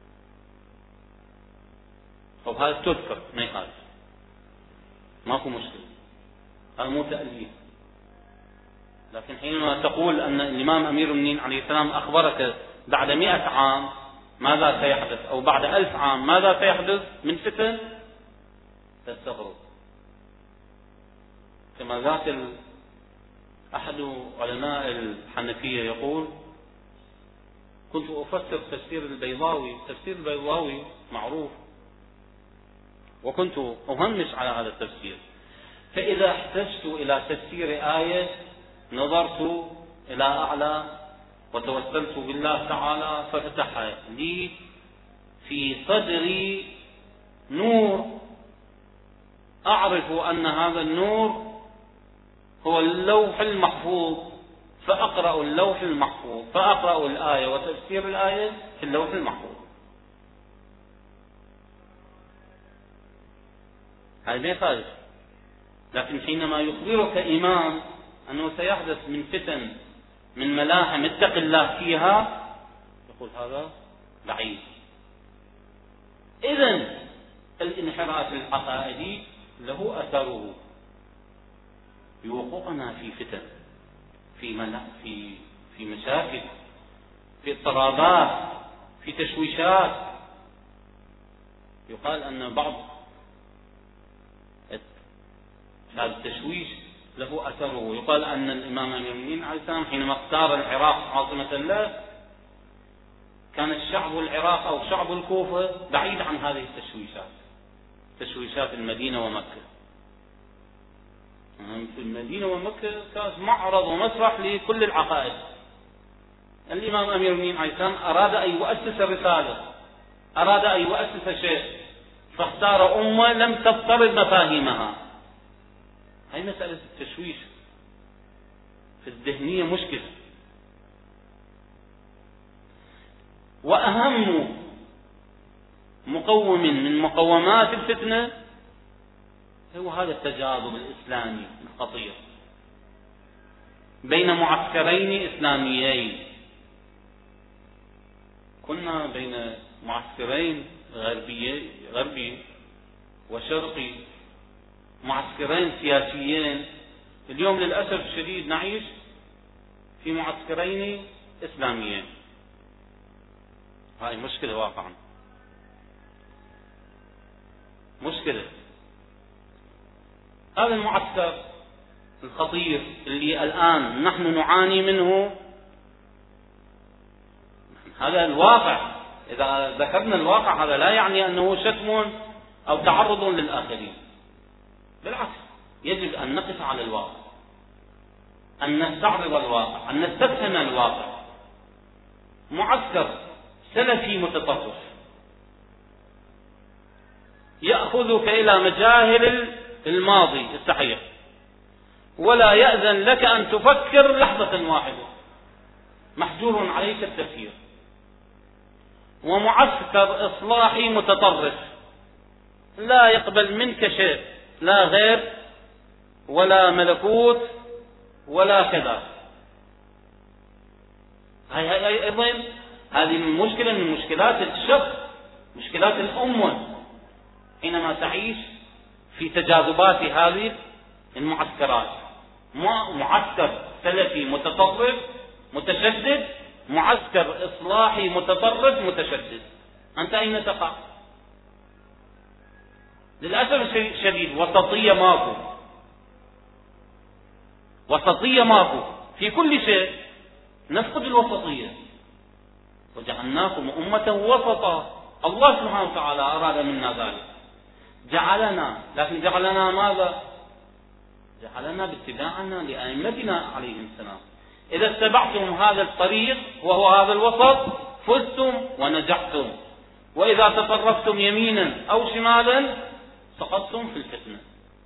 طب هذا تذكر ما يخالف، ماكو مشكلة، هذا مو تأليف. لكن حينما تقول أن الإمام أمير المؤمنين عليه السلام أخبرك بعد 100 عام ماذا سيحدث، أو بعد 1000 عام ماذا سيحدث من فتن، تستغرب. كما ذاك أحد علماء الحنفية يقول كنت أفسر تفسير البيضاوي، تفسير البيضاوي معروف، وكنت أهمش على هذا التفسير، فإذا احتجت إلى تفسير آية نظرت إلى أعلى وتوسلت بالله تعالى ففتح لي في صدري نور، أعرف أن هذا النور هو اللوح المحفوظ، فأقرأ اللوح المحفوظ، فأقرأ الآية وتفسير الآية في اللوح المحفوظ. هذا ما يخالف. لكن حينما يخبرك إمام أنه سيحدث من فتن، من ملاحم اتق الله فيها، يقول هذا بعيد. إذن الانحراف العقائدي له أثره بوقوعنا في فتن، في مشاكل، في اضطرابات، في تشويشات. يقال أن بعض هذا التشويش له أثره. يقال أن الإمام أمير المؤمنين عليه السلام حينما اختار العراق عاصمة له كان الشعب العراق أو شعب الكوفة بعيد عن هذه التشويشات، تشويشات المدينة ومكة. في المدينة ومكة كانت معرض ومسرح لكل العقائد. الإمام أمير المؤمنين عليه السلام أراد أن يؤسس رسالة، أراد أن يؤسس شيء، فاختار أمة لم تضطرب مفاهيمها. هاي مسألة التشويش في الذهنية مشكلة. وأهم مقوم من مقومات الفتنة هو هذا التجاذب الإسلامي الخطير بين معسكرين إسلاميين. كنا بين معسكرين غربي وشرقي، معسكرين سياسيين. اليوم للأسف الشديد نعيش في معسكرين إسلاميين. هاي مشكلة واقعا، مشكلة. هذا المعسكر الخطير اللي الآن نحن نعاني منه، هذا الواقع. إذا ذكرنا الواقع هذا لا يعني أنه شتم أو تعرض للآخرين، بالعكس يجب أن نقف على الواقع، أن نستعرض الواقع، أن نستفهم الواقع. معسكر سلفي متطرف يأخذك إلى مجاهل الماضي الصحيح ولا يأذن لك أن تفكر لحظة واحدة. محجور عليك التفكير، ومعسكر إصلاحي متطرف لا يقبل منك شيء، لا غير ولا ملكوت ولا كذا. هي أيضا هذه مشكلة من مشكلات الشخص، مشكلات الأمة، حينما تعيش في تجاذبات هذه المعسكرات. معسكر سلفي متطرف متشدد، معسكر إصلاحي متطرف متشدد، أنت أين تقع؟ للأسف الشديد وسطية ماكو، وسطية ماكو في كل شيء، نفقد الوسطية. وجعلناكم أمة وسطا، الله سبحانه وتعالى أراد منا ذلك، جعلنا، لكن جعلنا ماذا؟ جعلنا باتباعنا لأئمتنا عليهم السلام. إذا اتبعتم هذا الطريق وهو هذا الوسط فزتم ونجحتم، وإذا تطرفتم يمينا أو شمالا سقطتم في الفتنة.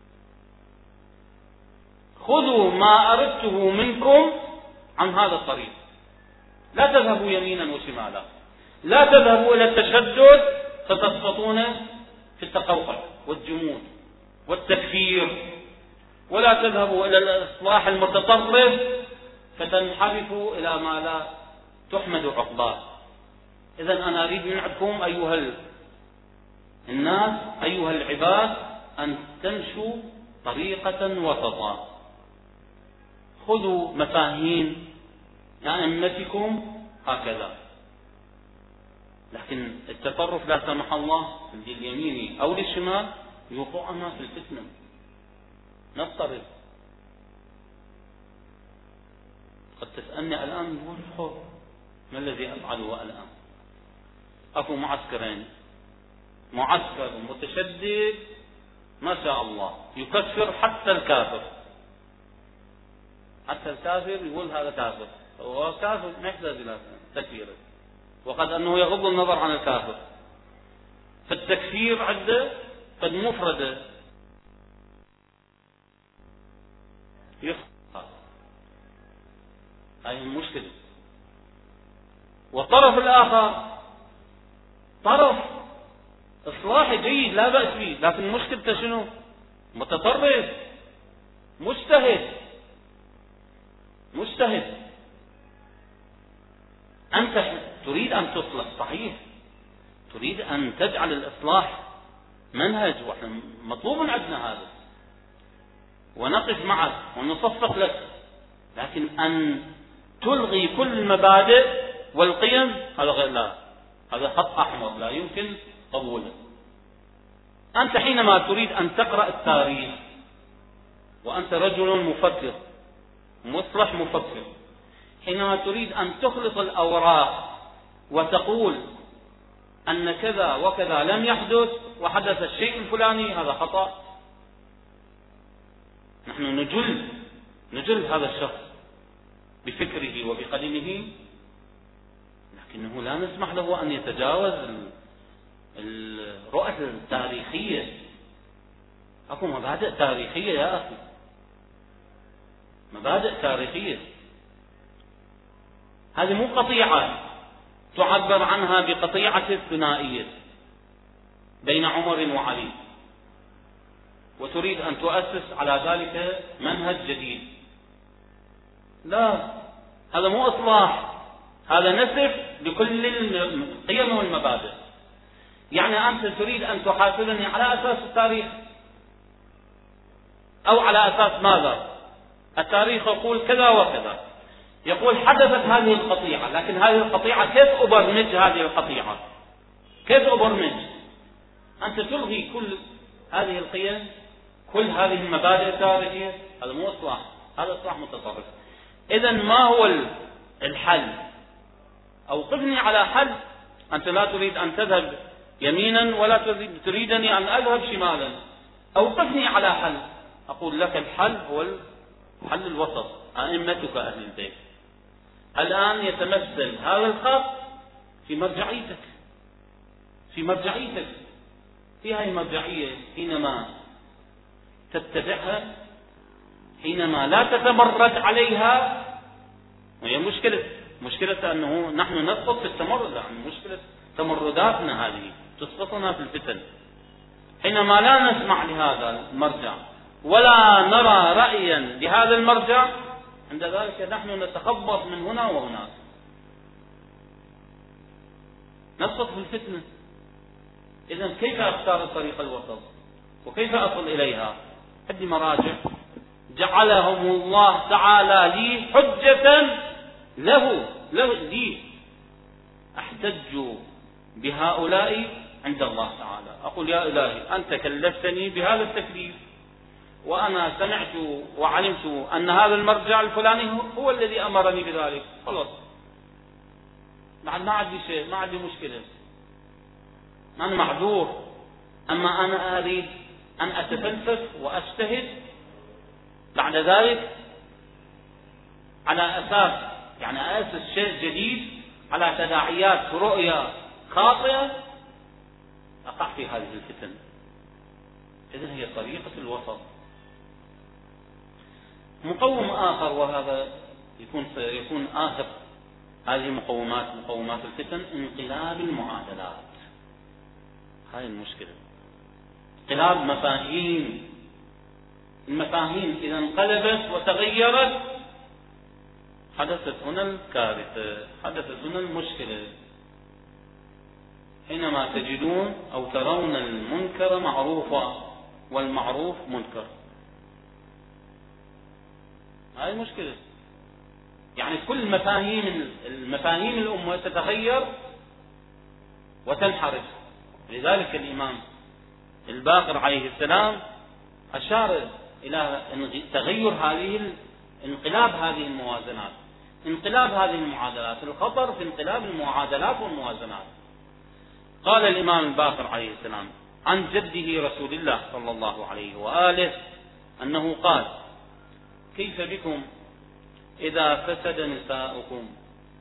خذوا ما أردته منكم عن هذا الطريق، لا تذهبوا يمينا وشمالا، لا تذهبوا إلى التشدد فتسقطون في التقوقع والجمود والتكفير، ولا تذهبوا إلى الإصلاح المتطرف فتنحرفوا إلى ما لا تحمد عقباه. إذن أنا أريد منكم أيها الناس، أيها العباد، أن تمشوا طريقة وسطا. خذوا مفاهيم أئمتكم هكذا، لكن التطرف لا سمح الله لليمين أو للشمال يوقعنا في الفتنة، نضطرب. قد تسألني الآن ما الذي أفعله الآن؟ أكو معسكرين، معسكر متشدد ما شاء الله يكفر حتى الكافر، حتى الكافر يقول هذا كافر، هو كافر ما يحتاج إلى تكفيره، وقد أنه يغض النظر عن الكافر. فالتكفير عنده قد مفردة هذه المشكلة. والطرف الآخر طرف إصلاحي جيد لا بأس به، لكن مشكلته شنو؟ متطرف مجتهد. أنت تريد أن تصلح صحيح، تريد أن تجعل الإصلاح منهج، وإحنا مطلوب عندنا هذا، ونقف معك ونصفق لك، لكن أن تلغي كل المبادئ والقيم هذا غير، لا، هذا خط أحمر لا يمكن قبوله. أنت حينما تريد أن تقرأ التاريخ وأنت رجل مفكر مصلح مفكر، حينما تريد أن تخلط الأوراق وتقول أن كذا وكذا لم يحدث وحدث الشيء الفلاني، هذا خطأ. نحن نجل هذا الشخص بفكره وبقدمه، لكنه لا نسمح له أن يتجاوز الرؤى التاريخية. أكو مبادئ تاريخية يا أخي، مبادئ تاريخية. هذه مو قطيعة تعبر عنها بقطيعة الثنائية بين عمر وعلي وتريد أن تؤسس على ذلك منهج جديد. لا، هذا مو إصلاح، هذا نسف لكل القيم والمبادئ. يعني أنت تريد أن تحاسبني على أساس التاريخ، أو على أساس ماذا؟ التاريخ يقول كذا وكذا، يقول حدثت هذه القطيعة، لكن هذه القطيعة كيف أبرمج هذه القطيعة؟ كيف أبرمج؟ أنت تلغي كل هذه القيم، كل هذه المبادئ التاريخية، هذا مو إصلاح، هذا إصلاح متطرف. إذن ما هو الحل؟ أوقفني على حل. أنت لا تريد أن تذهب يمينا ولا تريدني أن أذهب شمالا، أوقفني على حل. أقول لك الحل هو حل الوسط، أئمتك أهل البيت. الآن يتمثل هذا الخط في مرجعيتك، في هذه المرجعية حينما تتبعها، حينما لا تتمرد عليها، وهي مشكلة مشكلة أنه نحن نسقط في التمرد، يعني مشكلة تمرداتنا هذه تسقطنا في الفتن. حينما لا نسمع لهذا المرجع ولا نرى رأيا لهذا المرجع، عند ذلك نحن نتخبط من هنا وهناك، نسقط في الفتنة. إذن كيف أختار الطريق الوسط وكيف أصل إليها؟ عندي مراجع جعلهم الله تعالى لي حجة لي أحتج بهؤلاء عند الله تعالى. أقول يا إلهي أنت كلفتني بهذا التكليف، وأنا سمعت وعلمت أن هذا المرجع الفلاني هو الذي أمرني بذلك، خلاص ما عندي شيء، ما عندي مشكلة، أنا معذور. أما أنا أريد أن أتفلسف وأجتهد بعد ذلك على أساس يعني أسس شيء جديد على تداعيات رؤية خاطئة، أقع في هذه الفتن. إذن هي طريقة الوسط. مقوم آخر، وهذا يكون آخر هذه مقومات الفتن، انقلاب المعادلات. هاي المشكلة، انقلاب مفاهيم. المفاهيم إذا انقلبت وتغيرت حدثت هنا الكارثة، حدثت هنا المشكلة. حينما تجدون أو ترون المنكر معروفا والمعروف منكر، هاي المشكلة. يعني كل المفاهيم الأمة تتغير وتنحرف. لذلك الإمام الباقر عليه السلام أشار إلى تغير انقلاب هذه الموازنات، انقلاب هذه المعادلات، الخطر في انقلاب المعادلات والموازنات. قال الإمام الباقر عليه السلام عن جده رسول الله صلى الله عليه وآله أنه قال: كيف بكم إذا فسد نساؤكم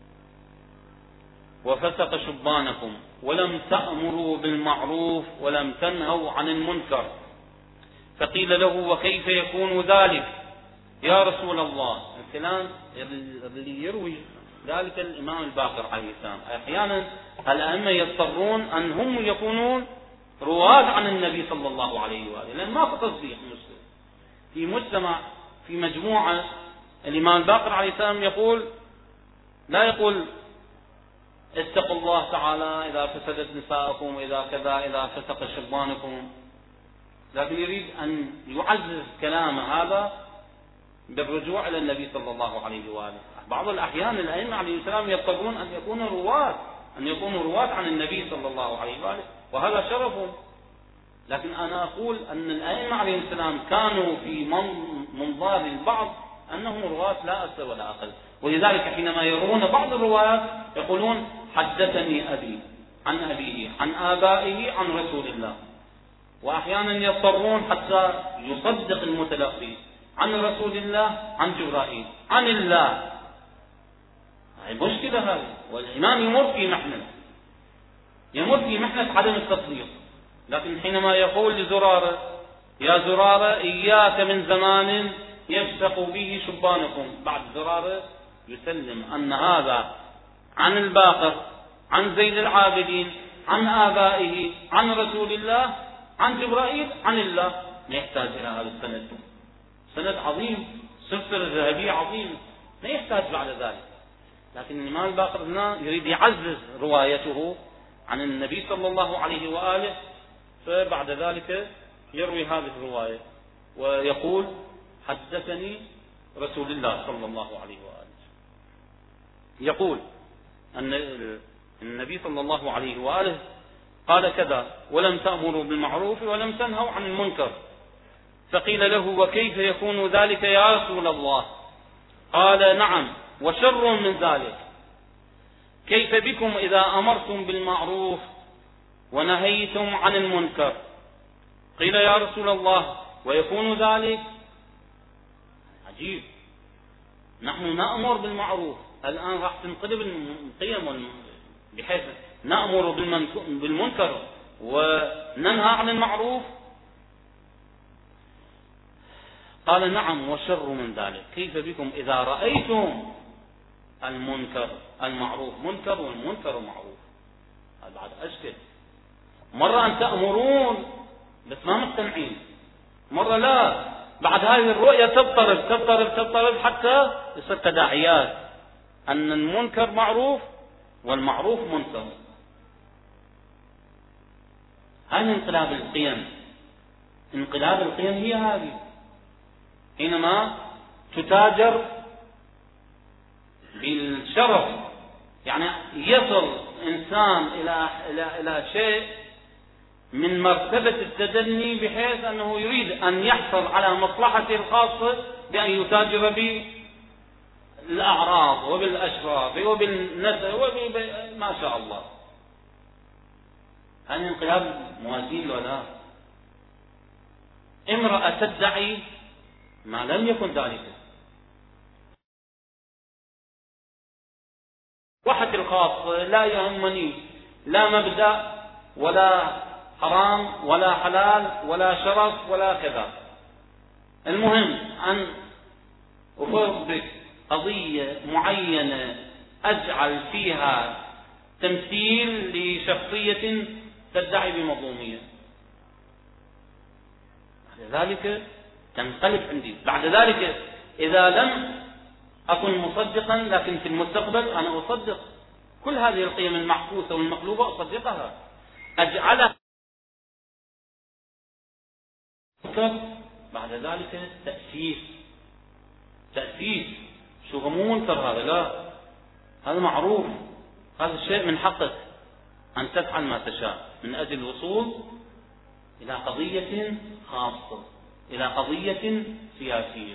وفسق شبانكم ولم تأمروا بالمعروف ولم تنهوا عن المنكر؟ فقيل له: وكيف يكون ذلك يا رسول الله؟ الكلام اللي يروي ذلك الإمام الباقر عليه السلام. أحيانا الأئمة يضطرون أن هم يكونون رواة عن النبي صلى الله عليه وآله، لأن ما في تصديق مسلم في مجتمع، في مجموعة. الإمام الباقر عليه السلام لا يقول اتقوا الله تعالى إذا فسدت نساءكم، إذا كذا، إذا فسق شبانكم، لكن يريد أن يعزز كلام هذا بالرجوع إلى النبي صلى الله عليه وآله. بعض الأحيان الأئمة عليه السلام يضطرون أن يكونوا رواة عن النبي صلى الله عليه وآله، وهذا شرفهم. لكن أنا أقول أن الأئمة عليه السلام كانوا في منظار البعض أنهم رواة لا أكثر ولا أقل. ولذلك حينما يروون بعض الرواة يقولون: حدثني أبي عن أبيه عن آبائه عن رسول الله. وأحيانا يضطرون حتى يصدق المتلقي عن رسول الله عن جبرائيل عن الله. هذه مشكلة هذه، والإمام يمر في محنة عدم التصديق. لكن حينما يقول لزرارة: يا زرارة إياك من زمان يفسق به شبانكم، بعد زرارة يسلم أن هذا عن الباقر عن زين العابدين عن آبائه عن رسول الله عن جبرائيل عن الله، ما يحتاج إلى هذا السند. سند عظيم، سلسلة ذهبية عظيمة، ما يحتاج بعد ذلك. لكن الإمام الباقر هنا يريد يعزز روايته عن النبي صلى الله عليه وآله، فبعد ذلك يروي هذه الرواية ويقول: حدثني رسول الله صلى الله عليه وآله. يقول أن النبي صلى الله عليه وآله قال كذا: ولم تأمروا بالمعروف ولم تنهوا عن المنكر. فقيل له: وكيف يكون ذلك يا رسول الله؟ قال: نعم وشر من ذلك. كيف بكم إذا أمرتم بالمعروف ونهيتم عن المنكر؟ قيل: يا رسول الله ويكون ذلك؟ عجيب، نحن نأمر بالمعروف، الآن راح تنقلب القيم بحيث نأمر بالمنكر وننهى عن المعروف. قال: نعم وشر من ذلك. كيف بكم إذا رأيتم المنكر المعروف منكر والمنكر معروف، هذا بعد أشكل. مرة أن تأمرون بس ما مقتنعين، مرة لا، بعد هذه الرؤية تضطرب حتى يصير تداعيات أن المنكر معروف والمعروف منكر. هذا انقلاب القيم. انقلاب القيم هي هذه، حينما تتاجر بالشرف، يعني يصل إنسان إلى شيء من مرتبة التدني بحيث أنه يريد أن يحصل على مصلحته الخاصة بأن يتاجر بالأعراض وبالأشراف وبالنسل ما شاء الله. هذا انقلاب موازين ولا؟ امرأة تدعي ما لم يكن ذلك، وحدي الخاصة لا يهمني لا مبدأ ولا حرام ولا حلال ولا شرف ولا كذا، المهم أن أفرض قضية معينة أجعل فيها تمثيل لشخصية تدعي بمظلومية، بعد ذلك تنقلب عندي. بعد ذلك إذا لم أكن مصدقا، لكن في المستقبل أنا أصدق كل هذه القيم المعكوسة والمقلوبة، أصدقها أجعلها. بعد ذلك تأسيس شو هو مو منكر هذا، لا، هذا معروف، هذا الشيء من حقك أن تفعل ما تشاء من أجل الوصول إلى قضية خاصة، إلى قضية سياسية.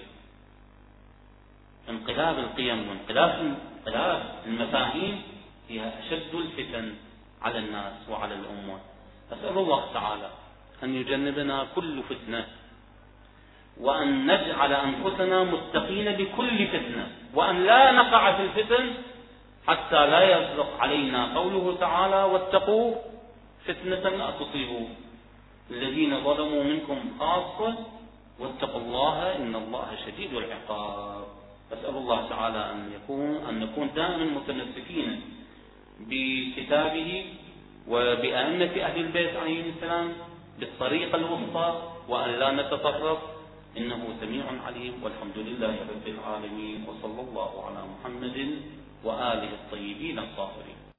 انقلاب القيم وانقلاب المفاهيم هي أشد الفتن على الناس وعلى الأمة. أسأل الله تعالى أن يجنبنا كل فتنة، وأن نجعل أنفسنا متقين بكل فتنة، وأن لا نقع في الفتن حتى لا يصدق علينا قوله تعالى: واتقوا فتنة لا تصيبوا الذين ظلموا منكم خاصة واتقوا الله إن الله شديد العقاب. أسأل الله تعالى أن نكون دائما متمسكين بكتابه وبأئمة أهل البيت عليهم السلام بالطريقة الوسطى، وأن لا نتطرف، إنه سميع عليم. والحمد لله رب العالمين، وصلى الله على محمد وآله الطيبين الطاهرين.